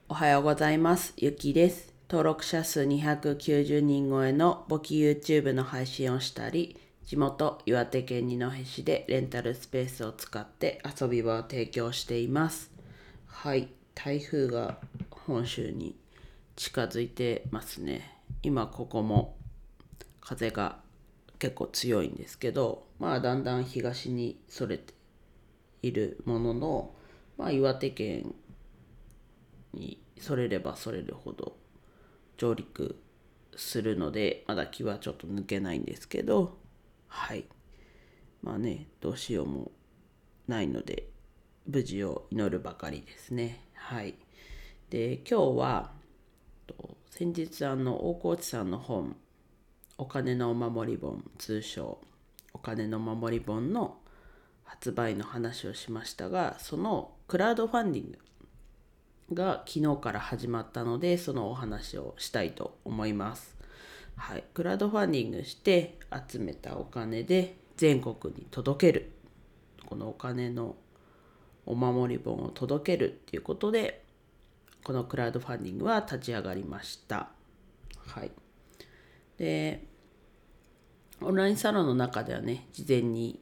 おはようございます。ゆきです。登録者数290人超えの簿記 YouTube の配信をしたり、地元岩手県二戸市でレンタルスペースを使って遊び場を提供しています。はい、台風が本州に近づいてますね。今ここも風が結構強いんですけど、だんだん東にそれているものの、岩手県にそれればそれるほど上陸するので、まだ気はちょっと抜けないんですけど、はい。どうしようもないので、無事を祈るばかりですね。はい。で、今日は、先日大河内さんの本、お金のお守り本、通称、お金のお守り本の発売の話をしましたが、そのクラウドファンディングが昨日から始まったので、そのお話をしたいと思います。はい、クラウドファンディングして集めたお金で全国に届ける、このお金のお守り本を届けるっていうことで、このクラウドファンディングは立ち上がりました。はい。で、オンラインサロンの中ではね、事前に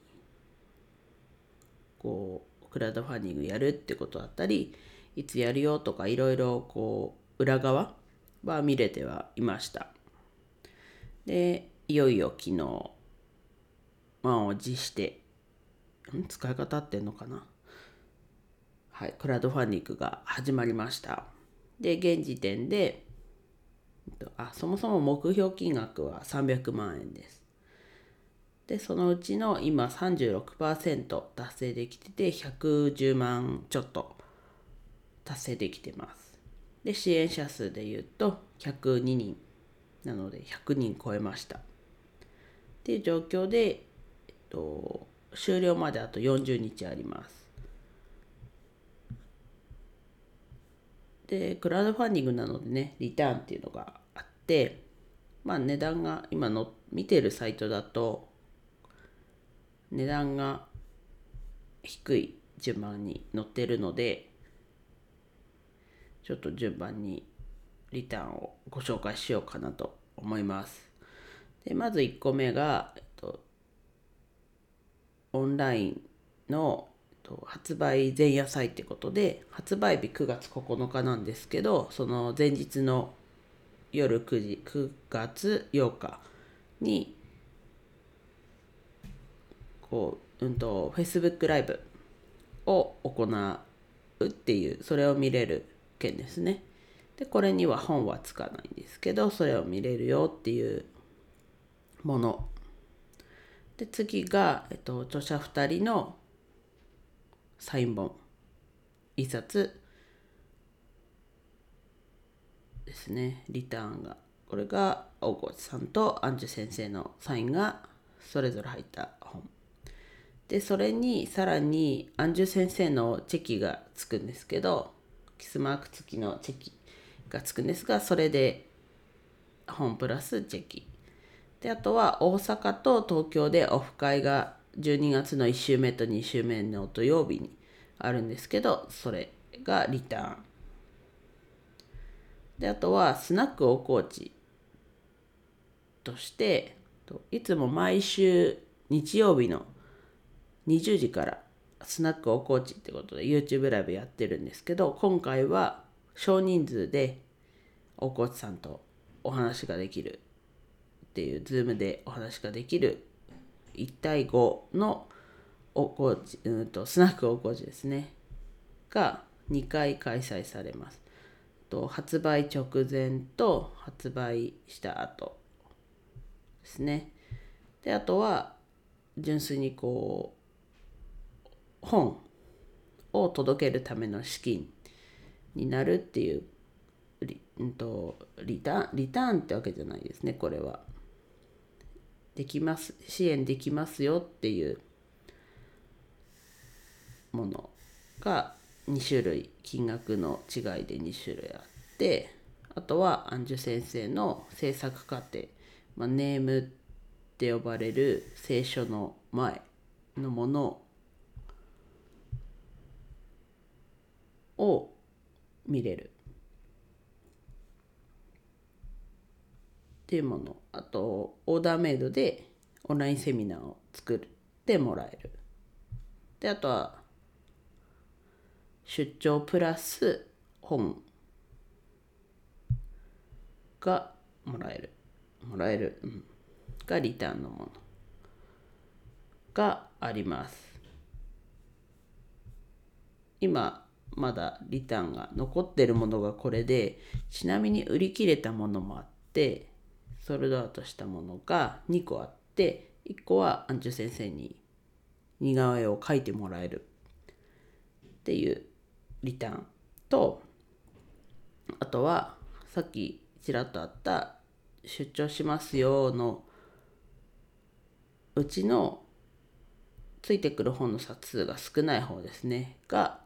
クラウドファンディングやるってことだったり、いつやるよとかいろいろ裏側は見れてはいました。で、いよいよ昨日満を持して使い方ってんのかな、はい、クラウドファンディングが始まりました。で、現時点でそもそも目標金額は300万円です。で、そのうちの今36%達成できてて、110万ちょっと達成できてます。で、支援者数で言うと102人なので100人超えましたっていう状況で、終了まであと40日あります。で、クラウドファンディングなのでね、リターンっていうのがあって、値段が今の見てるサイトだと値段が低い順番に載ってるので、ちょっと順番にリターンをご紹介しようかなと思います。で、まず1個目が、オンラインの発売前夜祭ってことで、発売日9月9日なんですけど、その前日の夜9時、9月8日にFacebook ライブを行うっていう、それを見れる件ですね。で、これには本はつかないんですけど、それを見れるよっていうもので、次が、著者2人のサイン本1冊ですね。リターンが、これが大河内さんとアンジュ先生のサインがそれぞれ入った本で、それにさらにアンジュ先生のチェキがつくんですけど、キスマーク付きのチェキがつくんですが、それで本プラスチェキで、あとは大阪と東京でオフ会が12月の1週目と2週目の土曜日にあるんですけど、それがリターンで、あとはスナック大河内として、いつも毎週日曜日の20時からスナック大河内ってことで YouTube ライブやってるんですけど、今回は少人数で大河内さんとお話ができるっていう、ズームでお話ができる1対5の大河内、スナック大河内ですねが2回開催されます。発売直前と発売した後ですね。で、あとは純粋に本を届けるための資金になるっていうリターンってわけじゃないですね。これはできます、支援できますよっていうものが2種類、金額の違いで2種類あって、あとはアンジュ先生の制作過程、ネームって呼ばれる聖書の前のものを見れる。 ていうもの、あとオーダーメイドでオンラインセミナーを作ってもらえる。で、あとは出張プラス本がもらえる、がリターンのものがあります。今まだリターンが残ってるものがこれで、ちなみに売り切れたものもあって、ソールドアウトしたものが2個あって、1個はアンチュ先生に似顔絵を描いてもらえるっていうリターンと、あとはさっきちらっとあった出張しますよのうちのついてくる本の冊数が少ない方ですねが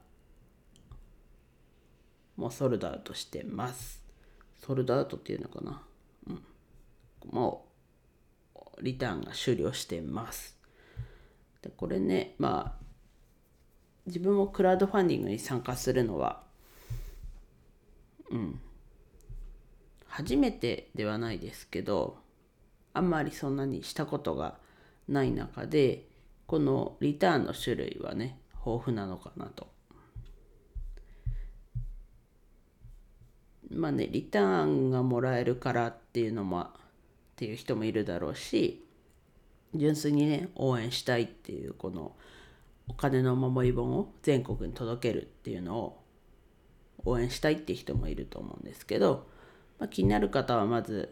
もうソールドアウトしてます。ソールドアウトっていうのかな、もうリターンが終了してます。でこれね、自分もクラウドファンディングに参加するのは初めてではないですけど、あんまりそんなにしたことがない中で、このリターンの種類はね豊富なのかなと。リターンがもらえるからっていうのもっていう人もいるだろうし、純粋にね応援したいっていう、このお金のお守り本を全国に届けるっていうのを応援したいっていう人もいると思うんですけど、気になる方はまず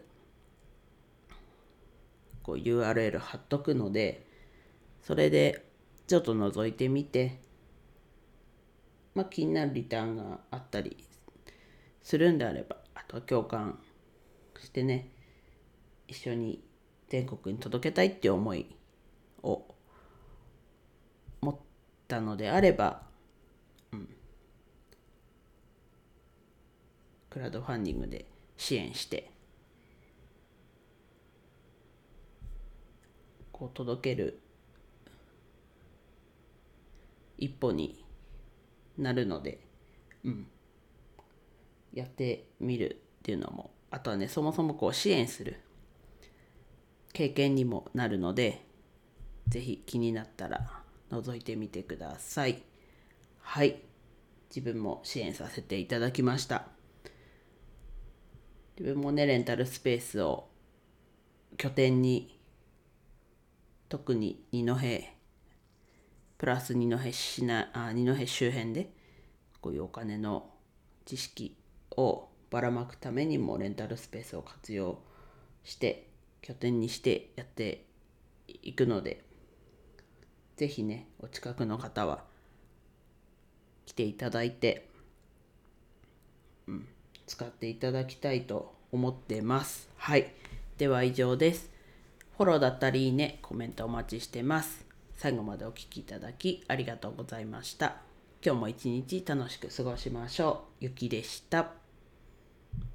こう URL 貼っとくので、それでちょっと覗いてみて、気になるリターンがあったりするんであれば、あとは共感してね、一緒に全国に届けたいっていう思いを持ったのであれば、クラウドファンディングで支援してこう届ける一歩になるので、やってみるっていうのも、あとはね、そもそもこう支援する経験にもなるので、ぜひ気になったら覗いてみてください。はい、自分も支援させていただきました。自分もね、レンタルスペースを拠点に、特に二戸プラス二戸周辺でこういうお金の知識をばらまくためにもレンタルスペースを活用して拠点にしてやっていくので、ぜひねお近くの方は来ていただいて、使っていただきたいと思ってます。はい、では以上です。フォローだったりいいね、コメントお待ちしてます。最後までお聞きいただきありがとうございました。今日も一日楽しく過ごしましょう。ゆきでした。